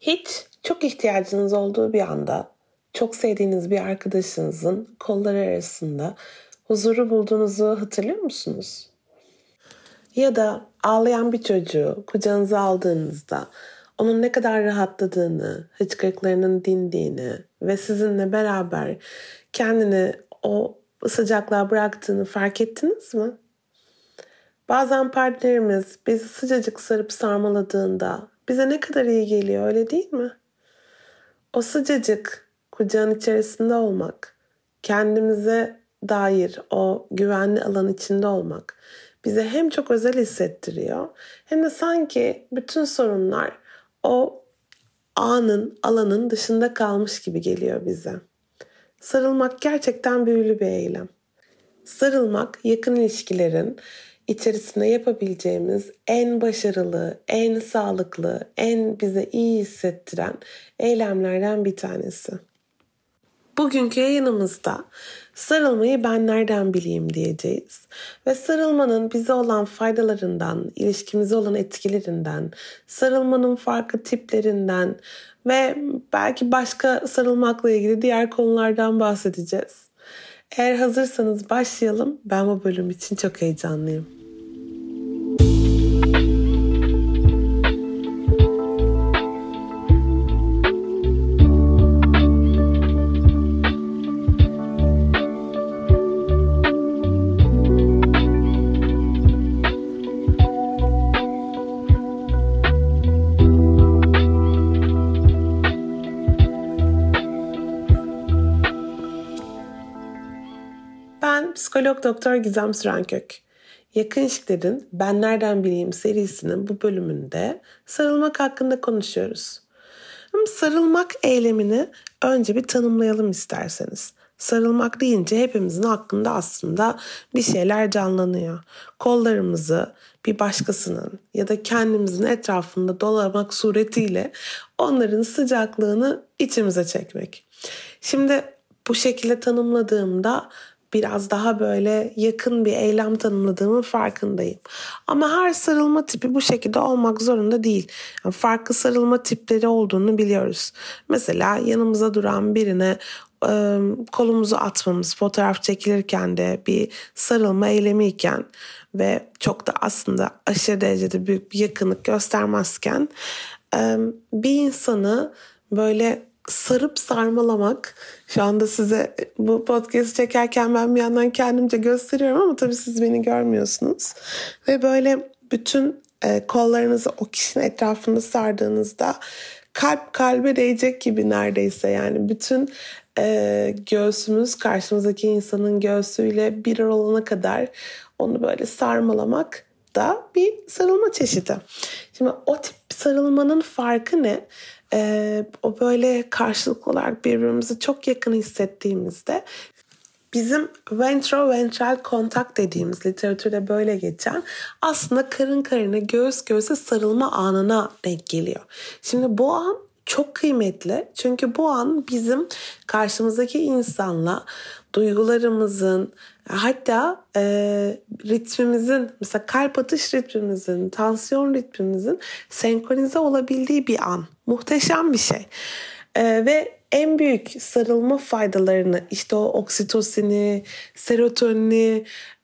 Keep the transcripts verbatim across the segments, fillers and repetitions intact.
Hiç çok ihtiyacınız olduğu bir anda çok sevdiğiniz bir arkadaşınızın kolları arasında huzuru bulduğunuzu hatırlıyor musunuz? Ya da ağlayan bir çocuğu kucağınıza aldığınızda onun ne kadar rahatladığını, hıçkırıklarının dindiğini ve sizinle beraber kendini o sıcaklığa bıraktığını fark ettiniz mi? Bazen partnerimiz bizi sıcacık sarıp sarmaladığında bize ne kadar iyi geliyor, öyle değil mi? O sıcacık kucağın içerisinde olmak, kendimize dair o güvenli alan içinde olmak bize hem çok özel hissettiriyor hem de sanki bütün sorunlar o anın, alanın dışında kalmış gibi geliyor bize. Sarılmak gerçekten büyülü bir eylem. Sarılmak yakın ilişkilerin içerisinde yapabileceğimiz en başarılı, en sağlıklı, en bize iyi hissettiren eylemlerden bir tanesi. Bugünkü yayınımızda sarılmayı ben nereden bileyim diyeceğiz. Ve sarılmanın bize olan faydalarından, ilişkimize olan etkilerinden, sarılmanın farklı tiplerinden ve belki başka sarılmakla ilgili diğer konulardan bahsedeceğiz. Eğer hazırsanız başlayalım. Ben bu bölüm için çok heyecanlıyım. Ben psikolog doktor Gizem Sürenkök. Yakın İlişkilerin Ben Nereden Bileyim serisinin bu bölümünde sarılmak hakkında konuşuyoruz. Ama sarılmak eylemini önce bir tanımlayalım isterseniz. Sarılmak deyince hepimizin aklında aslında bir şeyler canlanıyor. Kollarımızı bir başkasının ya da kendimizin etrafında dolamak suretiyle onların sıcaklığını içimize çekmek. Şimdi bu şekilde tanımladığımda biraz daha böyle yakın bir eylem tanımladığımın farkındayım. Ama her sarılma tipi bu şekilde olmak zorunda değil. Yani farklı sarılma tipleri olduğunu biliyoruz. Mesela yanımıza duran birine e, kolumuzu atmamız, fotoğraf çekilirken de bir sarılma eylemiyken ve çok da aslında aşırı derecede büyük bir yakınlık göstermezken e, bir insanı böyle sarıp sarmalamak, şu anda size bu podcast'ı çekerken ben bir yandan kendimce gösteriyorum ama tabii siz beni görmüyorsunuz. Ve böyle bütün e, kollarınızı o kişinin etrafında sardığınızda kalp kalbe değecek gibi neredeyse, yani bütün e, göğsümüz karşımızdaki insanın göğsüyle bir olana kadar onu böyle sarmalamak da bir sarılma çeşidi. Şimdi o tip sarılmanın farkı ne? Ee, o böyle karşılıklı olarak birbirimizi çok yakın hissettiğimizde bizim ventroventral kontak dediğimiz, literatürde böyle geçen, aslında karın karına göğüs göğüse sarılma anına denk geliyor. Şimdi bu an çok kıymetli, çünkü bu an bizim karşımızdaki insanla duygularımızın, hatta e, ritmimizin, mesela kalp atış ritmimizin, tansiyon ritmimizin senkronize olabildiği bir an. Muhteşem bir şey. E, ve en büyük sarılma faydalarını, işte o oksitosini, serotonini,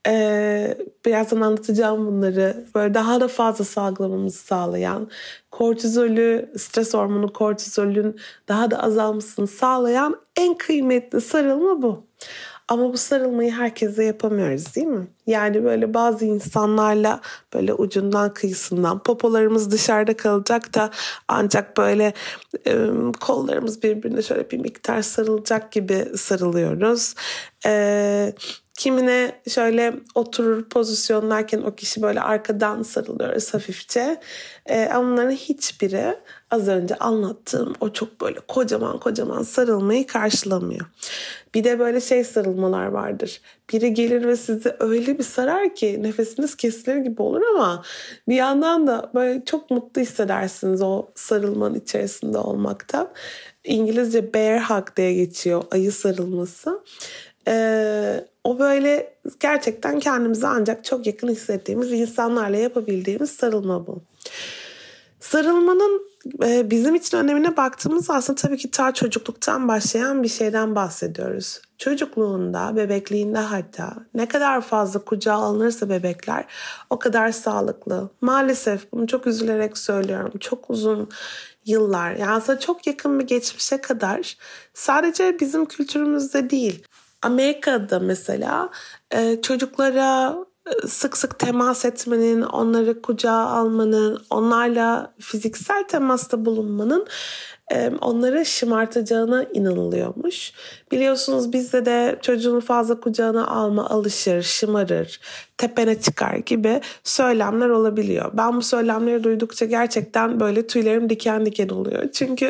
e, birazdan anlatacağım bunları, böyle daha da fazla salgılamamızı sağlayan, kortizolü, stres hormonu kortizolün daha da azalmasını sağlayan en kıymetli sarılma bu. Ama bu sarılmayı herkese yapamıyoruz, değil mi? Yani böyle bazı insanlarla böyle ucundan kıyısından popolarımız dışarıda kalacak da ancak böyle e, kollarımız birbirine şöyle bir miktar sarılacak gibi sarılıyoruz. E, kimine şöyle oturur pozisyonlarken o kişi böyle arkadan sarılıyoruz hafifçe. E, ama bunların hiçbiri az önce anlattığım o çok böyle kocaman kocaman sarılmayı karşılamıyor. Bir de böyle şey sarılmalar vardır. Biri gelir ve sizi öyle bir sarar ki nefesiniz kesilir gibi olur ama bir yandan da böyle çok mutlu hissedersiniz o sarılmanın içerisinde olmaktan. İngilizce bear hug diye geçiyor, ayı sarılması. Ee, o böyle gerçekten kendimizi ancak çok yakın hissettiğimiz insanlarla yapabildiğimiz sarılma bu. Sarılmanın e, bizim için önemine baktığımız aslında tabii ki ta çocukluktan başlayan bir şeyden bahsediyoruz. Çocukluğunda, bebekliğinde hatta ne kadar fazla kucağa alınırsa bebekler o kadar sağlıklı. Maalesef bunu çok üzülerek söylüyorum. Çok uzun yıllar, yani aslında çok yakın bir geçmişe kadar sadece bizim kültürümüzde değil, Amerika'da mesela e, çocuklara sık sık temas etmenin, onları kucağa almanın, onlarla fiziksel temasta bulunmanın onları şımartacağına inanılıyormuş. Biliyorsunuz bizde de çocuğunu fazla kucağına alma alışır, şımarır, tepene çıkar gibi söylemler olabiliyor. Ben bu söylemleri duydukça gerçekten böyle tüylerim diken diken oluyor. Çünkü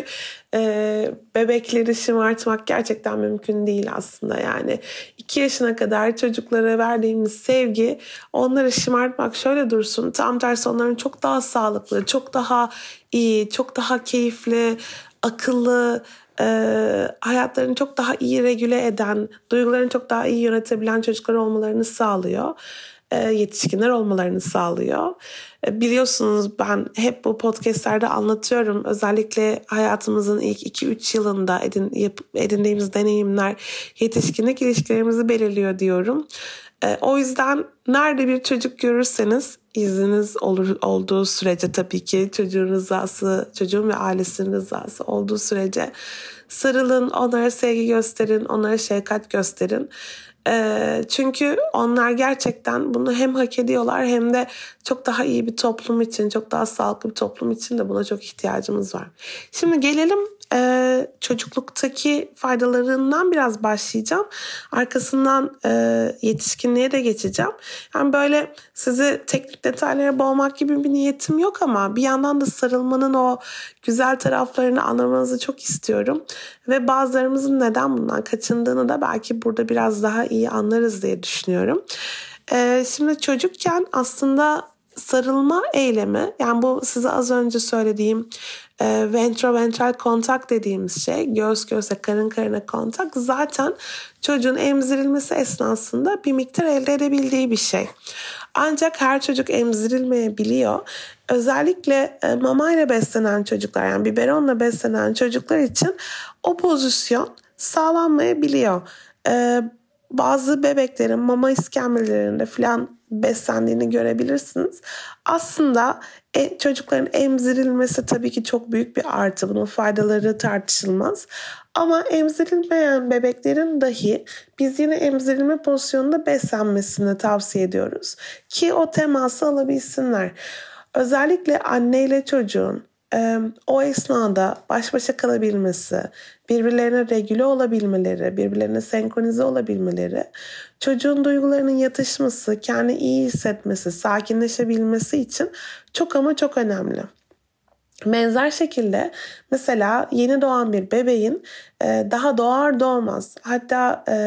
e, bebekleri şımartmak gerçekten mümkün değil aslında. Yani iki yaşına kadar çocuklara verdiğimiz sevgi, onları şımartmak şöyle dursun. Tam tersi onların çok daha sağlıklı, çok daha iyi, çok daha keyifli, akıllı, e, hayatlarını çok daha iyi regüle eden, duygularını çok daha iyi yönetebilen çocuklar olmalarını sağlıyor. E, yetişkinler olmalarını sağlıyor. E, biliyorsunuz ben hep bu podcastlerde anlatıyorum. Özellikle hayatımızın ilk iki üç yılında edin, yap, edindiğimiz deneyimler yetişkinlik ilişkilerimizi belirliyor diyorum. E, o yüzden nerede bir çocuk görürseniz, izniniz olur, olduğu sürece tabii ki çocuğun rızası, çocuğun ve ailesinin rızası olduğu sürece sarılın, onlara sevgi gösterin, onlara şefkat gösterin. E, çünkü onlar gerçekten bunu hem hak ediyorlar hem de çok daha iyi bir toplum için, çok daha sağlıklı bir toplum için de buna çok ihtiyacımız var. Şimdi gelelim e, çocukluktaki faydalarından biraz başlayacağım. Arkasından e, yetişkinliğe de geçeceğim. Yani böyle sizi teknik detaylara boğmak gibi bir niyetim yok ama bir yandan da sarılmanın o güzel taraflarını anlamanızı çok istiyorum. Ve bazılarımızın neden bundan kaçındığını da belki burada biraz daha iyi anlarız diye düşünüyorum. Ee, şimdi çocukken aslında sarılma eylemi, yani bu size az önce söylediğim e, ventroventral kontak dediğimiz şey, göğüs göğüse, karın karına kontak, zaten çocuğun emzirilmesi esnasında bir miktar elde edebildiği bir şey. Ancak her çocuk emzirilmeyebiliyor. Özellikle e, mamayla beslenen çocuklar, yani biberonla beslenen çocuklar için o pozisyon sağlanmayabiliyor. E, bazı bebeklerin mama iskemlelerinde falan beslendiğini görebilirsiniz. Aslında e, çocukların emzirilmesi tabii ki çok büyük bir artı. Bunun faydaları tartışılmaz. Ama emzirilmeyen bebeklerin dahi biz yine emzirilme pozisyonunda beslenmesini tavsiye ediyoruz. Ki o teması alabilsinler. Özellikle anne ile çocuğun e, o esnada baş başa kalabilmesi, birbirlerine regüle olabilmeleri, birbirlerine senkronize olabilmeleri, çocuğun duygularının yatışması, kendini iyi hissetmesi, sakinleşebilmesi için çok ama çok önemli. Benzer şekilde mesela yeni doğan bir bebeğin e, daha doğar doğmaz, hatta e,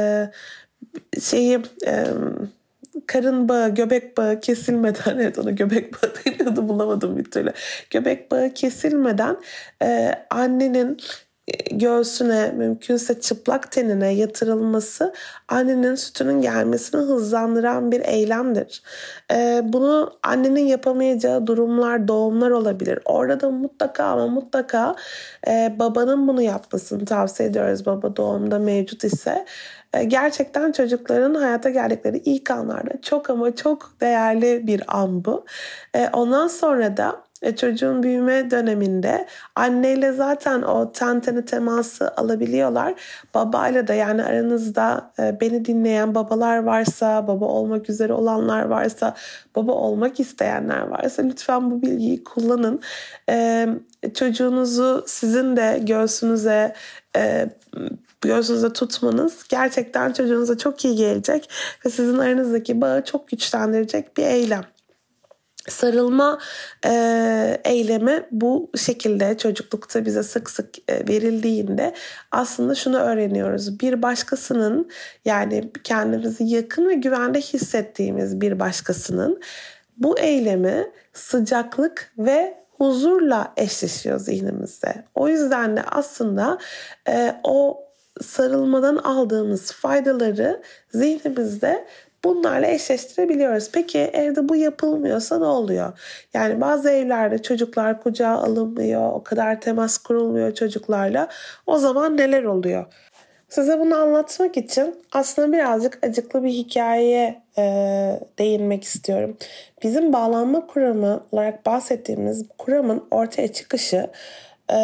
şeyi e, karın bağı, göbek bağı kesilmeden, evet ona göbek bağı deniyordu, bulamadım bir türlü. Göbek bağı kesilmeden e, annenin göğsüne, mümkünse çıplak tenine yatırılması annenin sütünün gelmesini hızlandıran bir eylemdir. Ee, bunu annenin yapamayacağı durumlar, doğumlar olabilir. Orada da mutlaka ama mutlaka e, babanın bunu yapmasını tavsiye ediyoruz. Baba doğumda mevcut ise. E, gerçekten çocukların hayata geldikleri ilk anlarda çok ama çok değerli bir an bu. E, ondan sonra da E, çocuğun büyüme döneminde anneyle zaten o ten tene teması alabiliyorlar. Babayla da, yani aranızda e, beni dinleyen babalar varsa, baba olmak üzere olanlar varsa, baba olmak isteyenler varsa lütfen bu bilgiyi kullanın. E, çocuğunuzu sizin de göğsünüze e, göğsünüzde tutmanız gerçekten çocuğunuza çok iyi gelecek ve sizin aranızdaki bağı çok güçlendirecek bir eylem. Sarılma e, eylemi bu şekilde çocuklukta bize sık sık e, verildiğinde aslında şunu öğreniyoruz. Bir başkasının, yani kendimizi yakın ve güvende hissettiğimiz bir başkasının bu eylemi sıcaklık ve huzurla eşleşiyor zihnimizde. O yüzden de aslında e, o sarılmadan aldığımız faydaları zihnimizde bunlarla eşleştirebiliyoruz. Peki evde bu yapılmıyorsa ne oluyor? Yani bazı evlerde çocuklar kucağa alınmıyor, o kadar temas kurulmuyor çocuklarla. O zaman neler oluyor? Size bunu anlatmak için aslında birazcık acıklı bir hikayeye e, değinmek istiyorum. Bizim bağlanma kuramı olarak bahsettiğimiz kuramın ortaya çıkışı, e,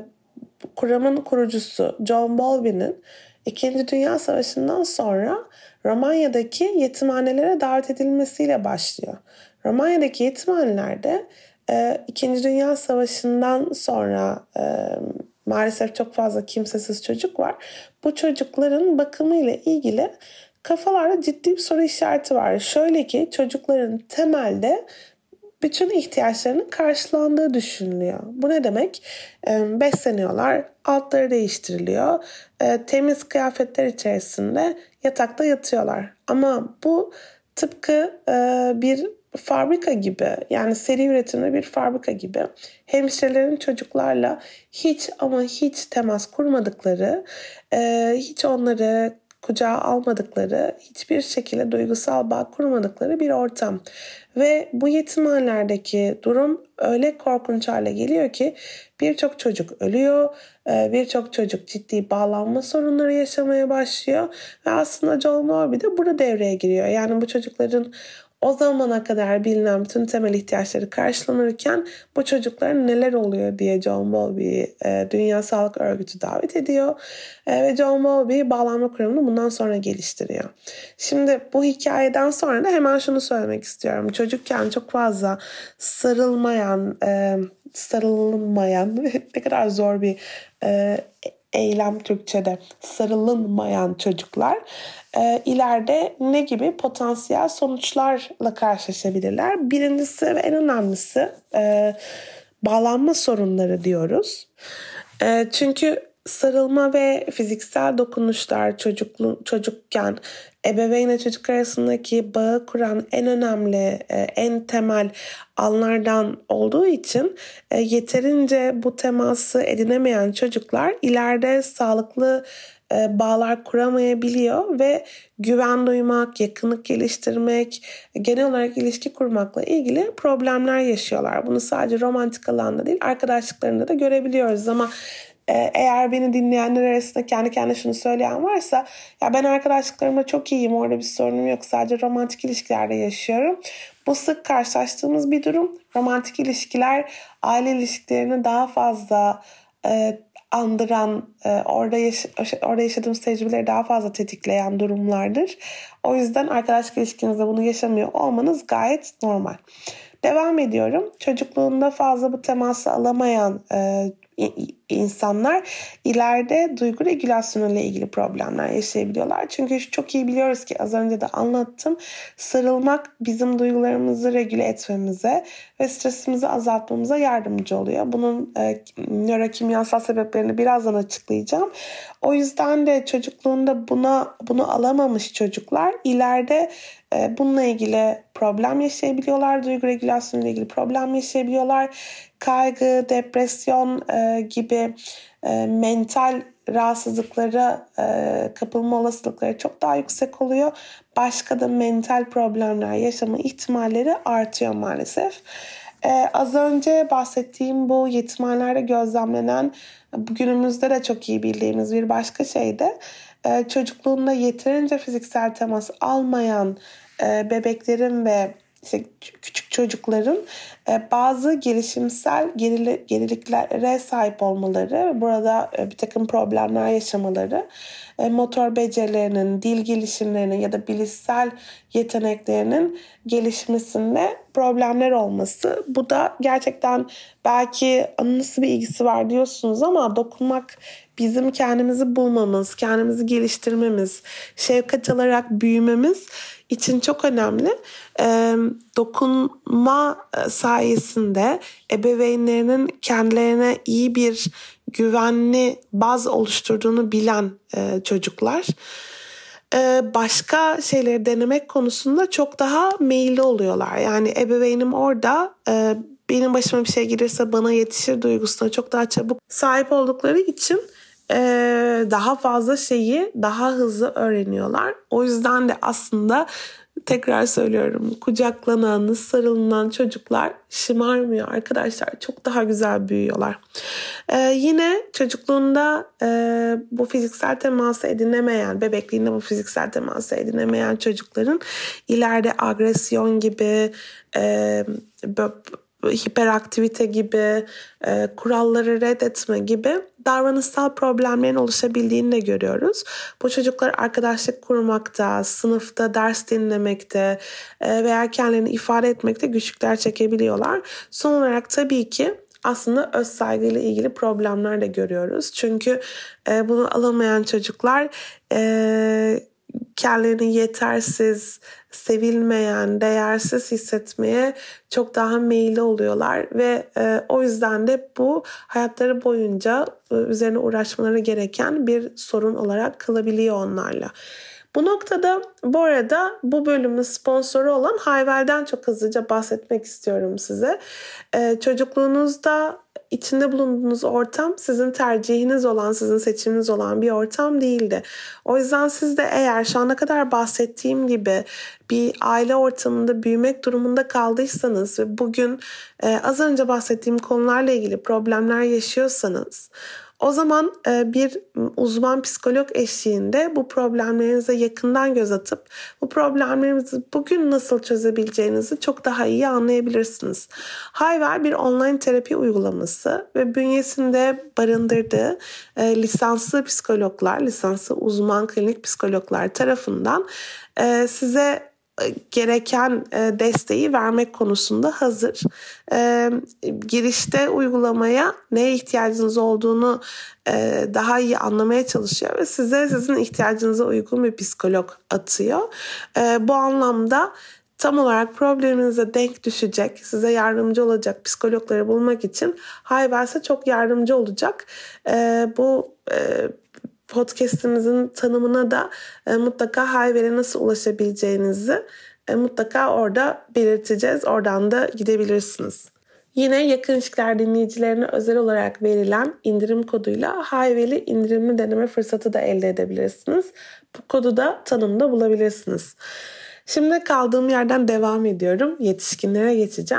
kuramın kurucusu John Bowlby'nin İkinci Dünya Savaşı'ndan sonra Romanya'daki yetimhanelere davet edilmesiyle başlıyor. Romanya'daki yetimhanelerde e, İkinci Dünya Savaşı'ndan sonra e, maalesef çok fazla kimsesiz çocuk var. Bu çocukların bakımıyla ilgili kafalarda ciddi bir soru işareti var. Şöyle ki çocukların temelde bütün ihtiyaçlarının karşılandığı düşünülüyor. Bu ne demek? E, besleniyorlar, altları değiştiriliyor, e, temiz kıyafetler içerisinde yatakta yatıyorlar. Ama bu tıpkı e, bir fabrika gibi, yani seri üretimde bir fabrika gibi hemşirelerin çocuklarla hiç ama hiç temas kurmadıkları, e, hiç onları kucağa almadıkları, hiçbir şekilde duygusal bağ kurmadıkları bir ortam. Ve bu yetimhanelerdeki durum öyle korkunç hale geliyor ki birçok çocuk ölüyor, birçok çocuk ciddi bağlanma sorunları yaşamaya başlıyor ve aslında John Bowlby de burada devreye giriyor. Yani bu çocukların o zamana kadar bilinen bütün temel ihtiyaçları karşılanırken bu çocukların neler oluyor diye John Bowlby e, Dünya Sağlık Örgütü davet ediyor. E, ve John Bowlby bağlanma kuramını bundan sonra geliştiriyor. Şimdi bu hikayeden sonra da hemen şunu söylemek istiyorum. Çocukken çok fazla sarılmayan, e, sarılmayan ne kadar zor bir e, eylem Türkçe'de, sarılınmayan çocuklar e, ileride ne gibi potansiyel sonuçlarla karşılaşabilirler? Birincisi ve en önemlisi e, bağlanma sorunları diyoruz. E, çünkü sarılma ve fiziksel dokunuşlar çocuklu, çocukken ebeveynle çocuk arasındaki bağı kuran en önemli, en temel anlardan olduğu için yeterince bu teması edinemeyen çocuklar ileride sağlıklı bağlar kuramayabiliyor ve güven duymak, yakınlık geliştirmek, genel olarak ilişki kurmakla ilgili problemler yaşıyorlar. Bunu sadece romantik alanda değil, arkadaşlıklarında da görebiliyoruz ama eğer beni dinleyenler arasında kendi kendine şunu söyleyen varsa, ya ben arkadaşlıklarımla çok iyiyim, orada bir sorunum yok, sadece romantik ilişkilerde yaşıyorum. Bu sık karşılaştığımız bir durum. Romantik ilişkiler aile ilişkilerini daha fazla e, andıran, e, orada, yaş- orada yaşadığımız tecrübeleri daha fazla tetikleyen durumlardır. O yüzden arkadaşlık ilişkinizde bunu yaşamıyor olmanız gayet normal. Devam ediyorum. Çocukluğunda fazla bu teması alamayan e, insanlar ileride duygu regülasyonu ile ilgili problemler yaşayabiliyorlar. Çünkü çok iyi biliyoruz ki, az önce de anlattım, sarılmak bizim duygularımızı regüle etmemize ve stresimizi azaltmamıza yardımcı oluyor. Bunun e, nörokimyasal sebeplerini birazdan açıklayacağım. O yüzden de çocukluğunda buna bunu alamamış çocuklar ileride e, bununla ilgili problem yaşayabiliyorlar. Duygu regülasyonu ile ilgili problem yaşayabiliyorlar. Kaygı, depresyon e, gibi e, mental rahatsızlıklara e, kapılma olasılıkları çok daha yüksek oluyor. Başka da mental problemler yaşama ihtimalleri artıyor maalesef. E, az önce bahsettiğim bu yetimhanelerde gözlemlenen, bugünümüzde de çok iyi bildiğimiz bir başka şey de e, çocukluğunda yeterince fiziksel temas almayan e, bebeklerin ve İşte küçük çocukların bazı gelişimsel geriliklere sahip olmaları, burada bir takım problemler yaşamaları, motor becerilerinin, dil gelişimlerinin ya da bilişsel yeteneklerinin gelişmesinde problemler olması. Bu da gerçekten belki nasıl bir ilgisi var diyorsunuz ama dokunmak bizim kendimizi bulmamız, kendimizi geliştirmemiz, şefkat alarak büyümemiz için çok önemli. E, dokunma sayesinde ebeveynlerinin kendilerine iyi bir güvenli baz oluşturduğunu bilen e, çocuklar e, başka şeyleri denemek konusunda çok daha meyilli oluyorlar. Yani ebeveynim orada, e, benim başıma bir şey gelirse bana yetişir duygusuna çok daha çabuk sahip oldukları için daha fazla şeyi daha hızlı öğreniyorlar. O yüzden de aslında Tekrar söylüyorum, kucaklanan, sarılınan çocuklar şımarmıyor arkadaşlar. Çok daha güzel büyüyorlar. Ee, yine çocukluğunda e, bu fiziksel teması edinemeyen, bebekliğinde bu fiziksel teması edinemeyen çocukların ileride agresyon gibi, e, hiperaktivite gibi, e, kuralları reddetme gibi davranışsal problemlerin oluşabildiğini de görüyoruz. Bu çocuklar arkadaşlık kurmakta, sınıfta ders dinlemekte e, veya kendilerini ifade etmekte güçlükler çekebiliyorlar. Son olarak tabii ki aslında öz saygıyla ilgili problemler de görüyoruz. Çünkü e, bunu alamayan çocuklar e, kendilerini yetersiz, sevilmeyen, değersiz hissetmeye çok daha meyilli oluyorlar ve e, o yüzden de bu hayatları boyunca e, üzerine uğraşmaları gereken bir sorun olarak kalabiliyor onlarla. Bu noktada bu arada bu bölümün sponsoru olan Hayvel'den çok hızlıca bahsetmek istiyorum size. Ee, çocukluğunuzda içinde bulunduğunuz ortam sizin tercihiniz olan, sizin seçiminiz olan bir ortam değildi. O yüzden siz de eğer şu ana kadar bahsettiğim gibi bir aile ortamında büyümek durumunda kaldıysanız ve bugün e, az önce bahsettiğim konularla ilgili problemler yaşıyorsanız, o zaman bir uzman psikolog eşliğinde bu problemlerinize yakından göz atıp bu problemlerinizi bugün nasıl çözebileceğinizi çok daha iyi anlayabilirsiniz. Hayvel bir online terapi uygulaması ve bünyesinde barındırdığı lisanslı psikologlar, lisanslı uzman klinik psikologlar tarafından size gereken desteği vermek konusunda hazır. Girişte uygulamaya neye ihtiyacınız olduğunu daha iyi anlamaya çalışıyor ve size sizin ihtiyacınıza uygun bir psikolog atıyor. Bu anlamda tam olarak probleminize denk düşecek, size yardımcı olacak psikologları bulmak için Hayvel size çok yardımcı olacak. Bu podcast'imizin tanımına da e, mutlaka Hayvel'e nasıl ulaşabileceğinizi e, mutlaka orada belirteceğiz. Oradan da gidebilirsiniz. Yine Yakın İlişkiler dinleyicilerine özel olarak verilen indirim koduyla Hayvel'i indirimli deneme fırsatı da elde edebilirsiniz. Bu kodu da tanımda bulabilirsiniz. Şimdi kaldığım yerden devam ediyorum. Yetişkinlere geçeceğim.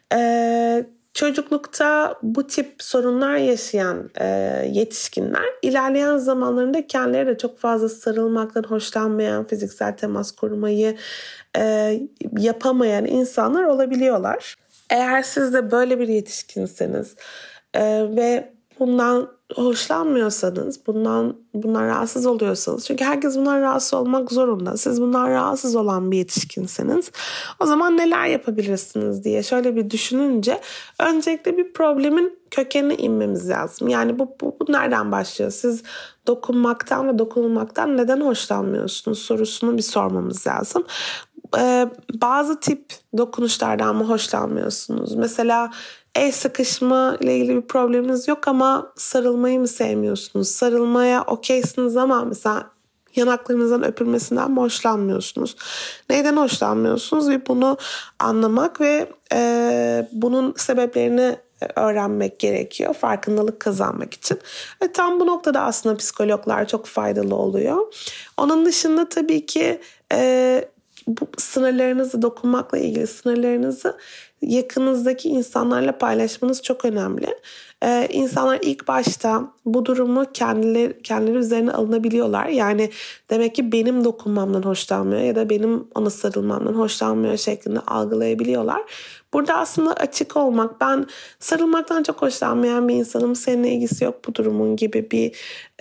Eee Çocuklukta bu tip sorunlar yaşayan e, yetişkinler ilerleyen zamanlarında kendileri de çok fazla sarılmaktan hoşlanmayan, fiziksel temas kurmayı e, yapamayan insanlar olabiliyorlar. Eğer siz de böyle bir yetişkinseniz e, ve bundan hoşlanmıyorsanız, bundan bundan rahatsız oluyorsanız, çünkü herkes bundan rahatsız olmak zorunda. Siz bundan rahatsız olan bir yetişkinseniz, o zaman neler yapabilirsiniz diye şöyle bir düşününce öncelikle bir problemin kökenine inmemiz lazım. Yani bu, bu, bu nereden başlıyor? Siz dokunmaktan ve dokunulmaktan neden hoşlanmıyorsunuz sorusunu bir sormamız lazım. Ee, bazı tip dokunuşlardan mı hoşlanmıyorsunuz? Mesela el sıkışma ile ilgili bir probleminiz yok ama sarılmayı mı sevmiyorsunuz? Sarılmaya okeysiniz ama mesela yanaklarınızdan öpülmesinden mi hoşlanmıyorsunuz? Neyden hoşlanmıyorsunuz? Ve bunu anlamak ve e, bunun sebeplerini öğrenmek gerekiyor farkındalık kazanmak için. Ve tam bu noktada aslında psikologlar çok faydalı oluyor. Onun dışında tabii ki e, bu sınırlarınızı, dokunmakla ilgili sınırlarınızı yakınızdaki insanlarla paylaşmanız çok önemli. Ee, insanlar ilk başta bu durumu kendileri, kendileri üzerine alınabiliyorlar. Yani demek ki benim dokunmamdan hoşlanmıyor ya da benim ona sarılmamdan hoşlanmıyor şeklinde algılayabiliyorlar. Burada aslında açık olmak, ben sarılmaktan çok hoşlanmayan bir insanım, seninle ilgisi yok bu durumun gibi bir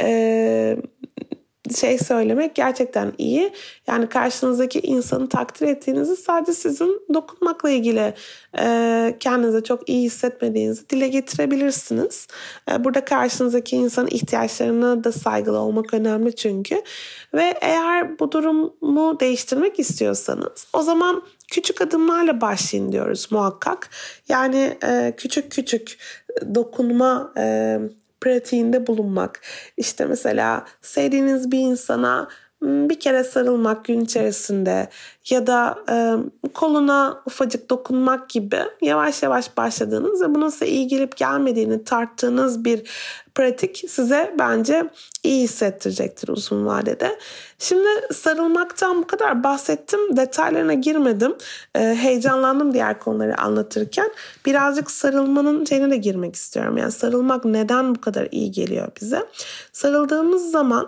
e, şey söylemek gerçekten iyi. Yani karşınızdaki insanı takdir ettiğinizi, sadece sizin dokunmakla ilgili e, kendinize çok iyi hissetmediğinizi dile getirebilirsiniz. E, burada karşınızdaki insanın ihtiyaçlarına da saygılı olmak önemli çünkü. Ve eğer bu durumu değiştirmek istiyorsanız, o zaman küçük adımlarla başlayın diyoruz muhakkak. Yani e, küçük küçük dokunma e, pratiğinde bulunmak. İşte mesela sevdiğiniz bir insana bir kere sarılmak gün içerisinde ya da e, koluna ufacık dokunmak gibi yavaş yavaş başladığınız ve bunun size iyi gelip gelmediğini tarttığınız bir pratik size bence iyi hissettirecektir uzun vadede. Şimdi sarılmaktan bu kadar bahsettim. Detaylarına girmedim. E, heyecanlandım diğer konuları anlatırken. Birazcık sarılmanın şeyine de girmek istiyorum. Yani sarılmak neden bu kadar iyi geliyor bize? Sarıldığımız zaman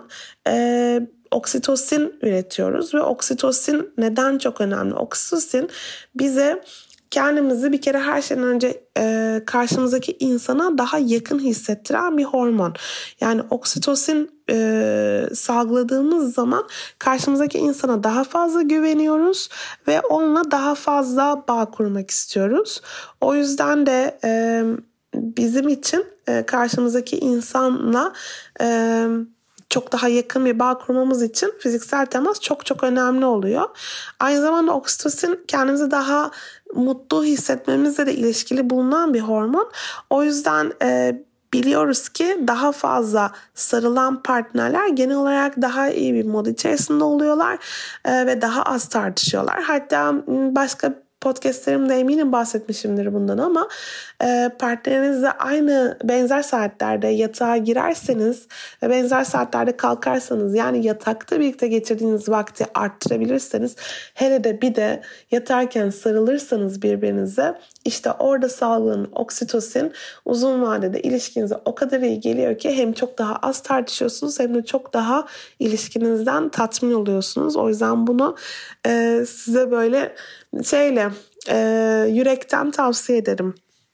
e, oksitosin üretiyoruz ve oksitosin neden çok önemli? Oksitosin bize kendimizi bir kere her şeyden önce e, karşımızdaki insana daha yakın hissettiren bir hormon. Yani oksitosin e, salgıladığımız zaman karşımızdaki insana daha fazla güveniyoruz ve onunla daha fazla bağ kurmak istiyoruz. O yüzden de e, bizim için e, karşımızdaki insanla e, çok daha yakın bir bağ kurmamız için fiziksel temas çok çok önemli oluyor. Aynı zamanda oksitosin kendimizi daha mutlu hissetmemizle de ilişkili bulunan bir hormon. O yüzden e, biliyoruz ki daha fazla sarılan partnerler genel olarak daha iyi bir mod içerisinde oluyorlar e, ve daha az tartışıyorlar. Hatta başka podcastlerimde eminim bahsetmişimdir bundan ama e, partnerinizle aynı benzer saatlerde yatağa girerseniz ve benzer saatlerde kalkarsanız, yani yatakta birlikte geçirdiğiniz vakti arttırabilirseniz, hele de bir de yatarken sarılırsanız birbirinize, işte orada salgılanan oksitosin uzun vadede ilişkinize o kadar iyi geliyor ki hem çok daha az tartışıyorsunuz hem de çok daha ilişkinizden tatmin oluyorsunuz. O yüzden bunu e, size böyle şeyle e, yürekten tavsiye ederim.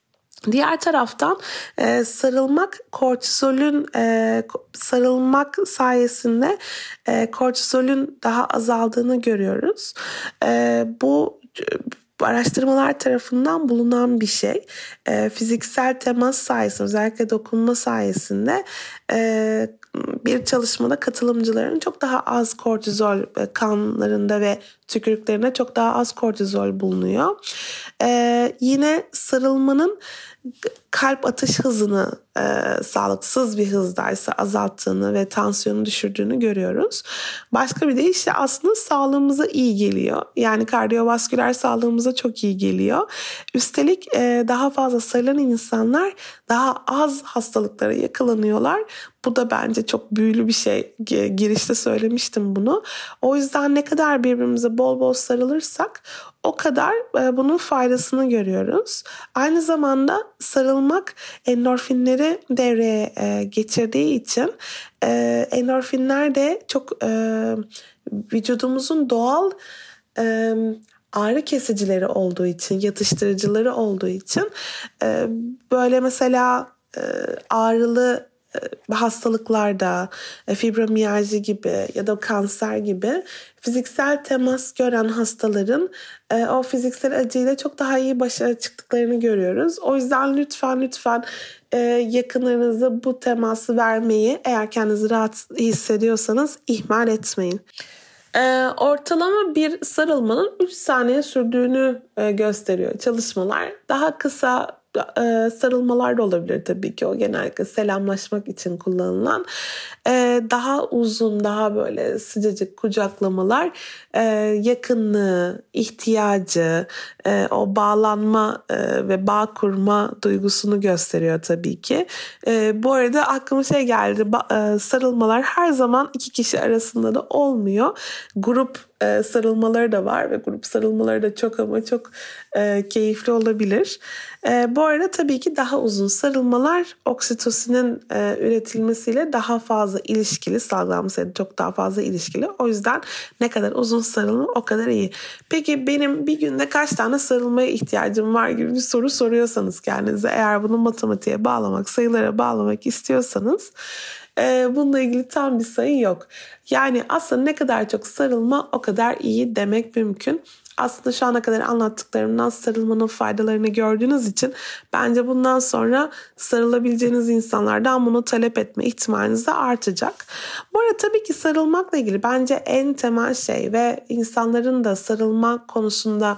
Diğer taraftan e, sarılmak kortizolün e, sarılmak sayesinde e, kortizolün daha azaldığını görüyoruz. E, bu araştırmalar tarafından bulunan bir şey. E, fiziksel temas sayesinde, özellikle dokunma sayesinde e, bir çalışmada katılımcıların çok daha az kortizol kanlarında ve tükürüklerinde çok daha az kortizol bulunuyor. E, yine sarılmanın kalp atış hızını e, sağlıksız bir hızdaysa azalttığını ve tansiyonu düşürdüğünü görüyoruz. Başka bir de işte aslında sağlığımıza iyi geliyor. Yani kardiyovasküler sağlığımıza çok iyi geliyor. Üstelik e, daha fazla sarılan insanlar daha az hastalıklara yakalanıyorlar. Bu da bence çok büyülü bir şey. Girişte söylemiştim bunu. O yüzden ne kadar birbirimize bol bol sarılırsak o kadar bunun faydasını görüyoruz. Aynı zamanda sarılmak endorfinleri devreye geçirdiği için endorfinler de çok vücudumuzun doğal ağrı kesicileri olduğu için, yatıştırıcıları olduğu için böyle mesela ağrılı hastalıklarda, fibromiyalji gibi ya da kanser gibi fiziksel temas gören hastaların e, o fiziksel acıyla çok daha iyi başa çıktıklarını görüyoruz. O yüzden lütfen lütfen e, yakınlarınıza bu teması vermeyi, eğer kendinizi rahat hissediyorsanız, ihmal etmeyin. E, ortalama bir sarılmanın üç saniye sürdüğünü e, gösteriyor çalışmalar. Daha kısa Ee, sarılmalar da olabilir tabii ki, o genellikle selamlaşmak için kullanılan. Ee, daha uzun, daha böyle sıcacık kucaklamalar e, yakınlığı, ihtiyacı, e, o bağlanma e, ve bağ kurma duygusunu gösteriyor tabii ki. E, bu arada aklıma şey geldi, ba- e, sarılmalar her zaman iki kişi arasında da olmuyor. Grup e, sarılmaları da var ve grup sarılmaları da çok ama çok e, keyifli olabilir. E, bu arada tabii ki daha uzun sarılmalar oksitosinin e, üretilmesiyle daha fazla ilişkili, salgılanmasıyla çok daha fazla ilişkili. O yüzden ne kadar uzun sarılma o kadar iyi. Peki benim bir günde kaç tane sarılmaya ihtiyacım var gibi bir soru soruyorsanız kendinize, eğer bunu matematiğe bağlamak, sayılara bağlamak istiyorsanız, e, bununla ilgili tam bir sayı yok. Yani aslında ne kadar çok sarılma o kadar iyi demek mümkün. Aslında şu ana kadar anlattıklarımdan sarılmanın faydalarını gördüğünüz için bence bundan sonra sarılabileceğiniz insanlardan bunu talep etme ihtimaliniz de artacak. Bu arada tabii ki sarılmakla ilgili bence en temel şey ve insanların da sarılma konusunda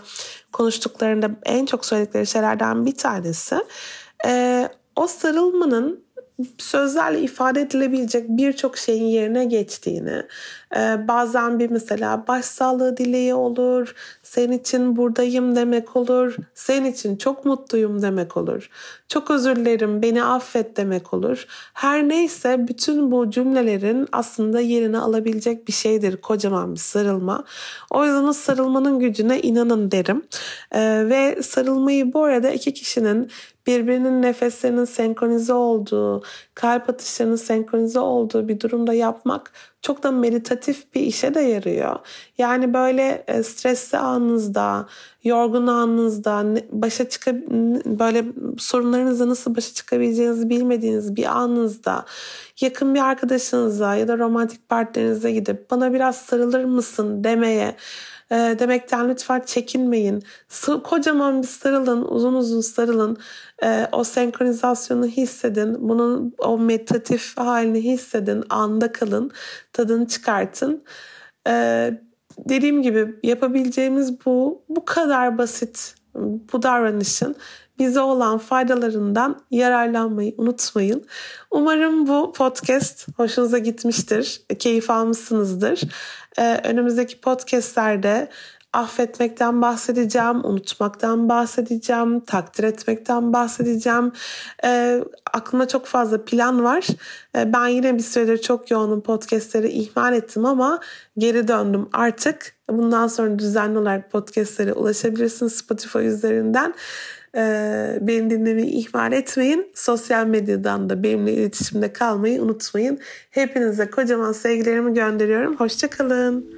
konuştuklarında en çok söyledikleri şeylerden bir tanesi, e, o sarılmanın sözlerle ifade edilebilecek birçok şeyin yerine geçtiğini, bazen bir mesela başsağlığı dileği olur, senin için buradayım demek olur, senin için çok mutluyum demek olur, çok özür dilerim beni affet demek olur. Her neyse bütün bu cümlelerin aslında yerini alabilecek bir şeydir kocaman bir sarılma. O yüzden o sarılmanın gücüne inanın derim. Ve sarılmayı bu arada iki kişinin birbirinin nefeslerinin senkronize olduğu, kalp atışlarının senkronize olduğu bir durumda yapmak çok da meditatif bir işe de yarıyor. Yani böyle stresli anınızda, yorgun anınızda, başa çıka böyle sorunlarınızla nasıl başa çıkabileceğinizi bilmediğiniz bir anınızda yakın bir arkadaşınıza ya da romantik partnerinize gidip bana biraz sarılır mısın demeye E, demekten lütfen çekinmeyin. S- kocaman bir sarılın, uzun uzun sarılın. E, o senkronizasyonu hissedin. Bunun o meditatif halini hissedin. Anda kalın. Tadını çıkartın. E, dediğim gibi yapabileceğimiz bu. Bu kadar basit bu davranışın bize olan faydalarından yararlanmayı unutmayın. Umarım bu podcast hoşunuza gitmiştir, keyif almışsınızdır. Ee, önümüzdeki podcastlerde affetmekten bahsedeceğim, unutmaktan bahsedeceğim, takdir etmekten bahsedeceğim. Ee, aklımda çok fazla plan var. Ee, ben yine bir süredir çok yoğunum, podcastleri ihmal ettim ama geri döndüm artık. Bundan sonra düzenli olarak podcastlere ulaşabilirsiniz Spotify üzerinden. Ee, beni dinlemeyi ihmal etmeyin. Sosyal medyadan da benimle iletişimde kalmayı unutmayın. Hepinize kocaman sevgilerimi gönderiyorum. Hoşça kalın.